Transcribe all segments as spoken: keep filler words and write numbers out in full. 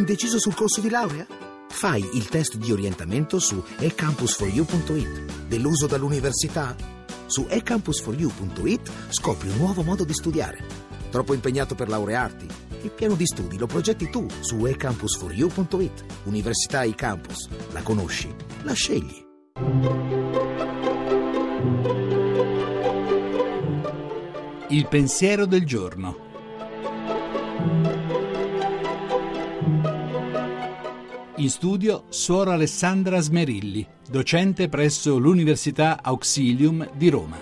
Indeciso sul corso di laurea? Fai il test di orientamento su e campus for you punto it. Deluso dall'università? Su e campus for you punto it scopri un nuovo modo di studiare. Troppo impegnato per laurearti? Il piano di studi lo progetti tu su e campus for you punto it. Università eCampus. La conosci? La scegli. Il pensiero del giorno. In studio suora Alessandra Smerilli, docente presso l'Università Auxilium di Roma.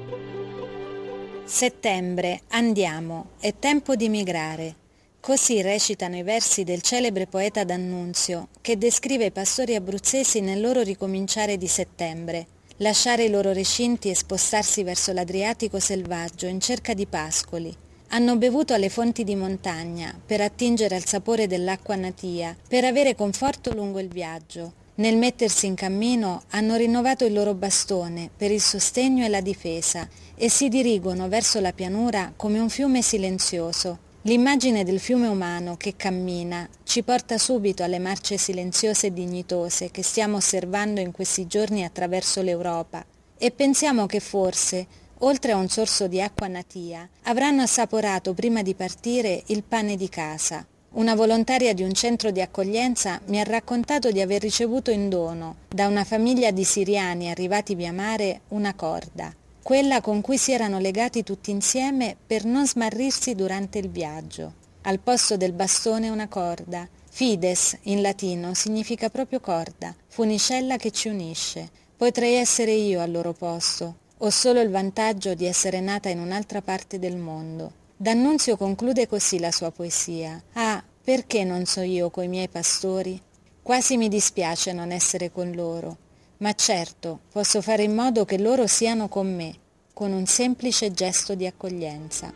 Settembre, andiamo, è tempo di migrare. Così recitano i versi del celebre poeta D'Annunzio, che descrive i pastori abruzzesi nel loro ricominciare di settembre, lasciare i loro recinti e spostarsi verso l'Adriatico selvaggio in cerca di pascoli. Hanno bevuto alle fonti di montagna per attingere al sapore dell'acqua natia, per avere conforto lungo il viaggio. Nel mettersi in cammino hanno rinnovato il loro bastone per il sostegno e la difesa e si dirigono verso la pianura come un fiume silenzioso. L'immagine del fiume umano che cammina ci porta subito alle marce silenziose e dignitose che stiamo osservando in questi giorni attraverso l'Europa e pensiamo che forse, oltre a un sorso di acqua natia, avranno assaporato prima di partire il pane di casa. Una volontaria di un centro di accoglienza mi ha raccontato di aver ricevuto in dono da una famiglia di siriani arrivati via mare una corda, quella con cui si erano legati tutti insieme per non smarrirsi durante il viaggio. Al posto del bastone una corda. Fides, in latino, significa proprio corda, funicella che ci unisce. Potrei essere io al loro posto. Ho solo il vantaggio di essere nata in un'altra parte del mondo. D'Annunzio conclude così la sua poesia. Ah, perché non so io coi miei pastori? Quasi mi dispiace non essere con loro, ma certo posso fare in modo che loro siano con me, con un semplice gesto di accoglienza.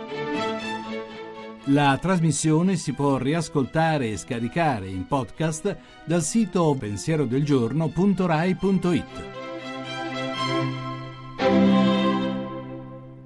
La trasmissione si può riascoltare e scaricare in podcast dal sito pensierodelgiorno punto rai punto it.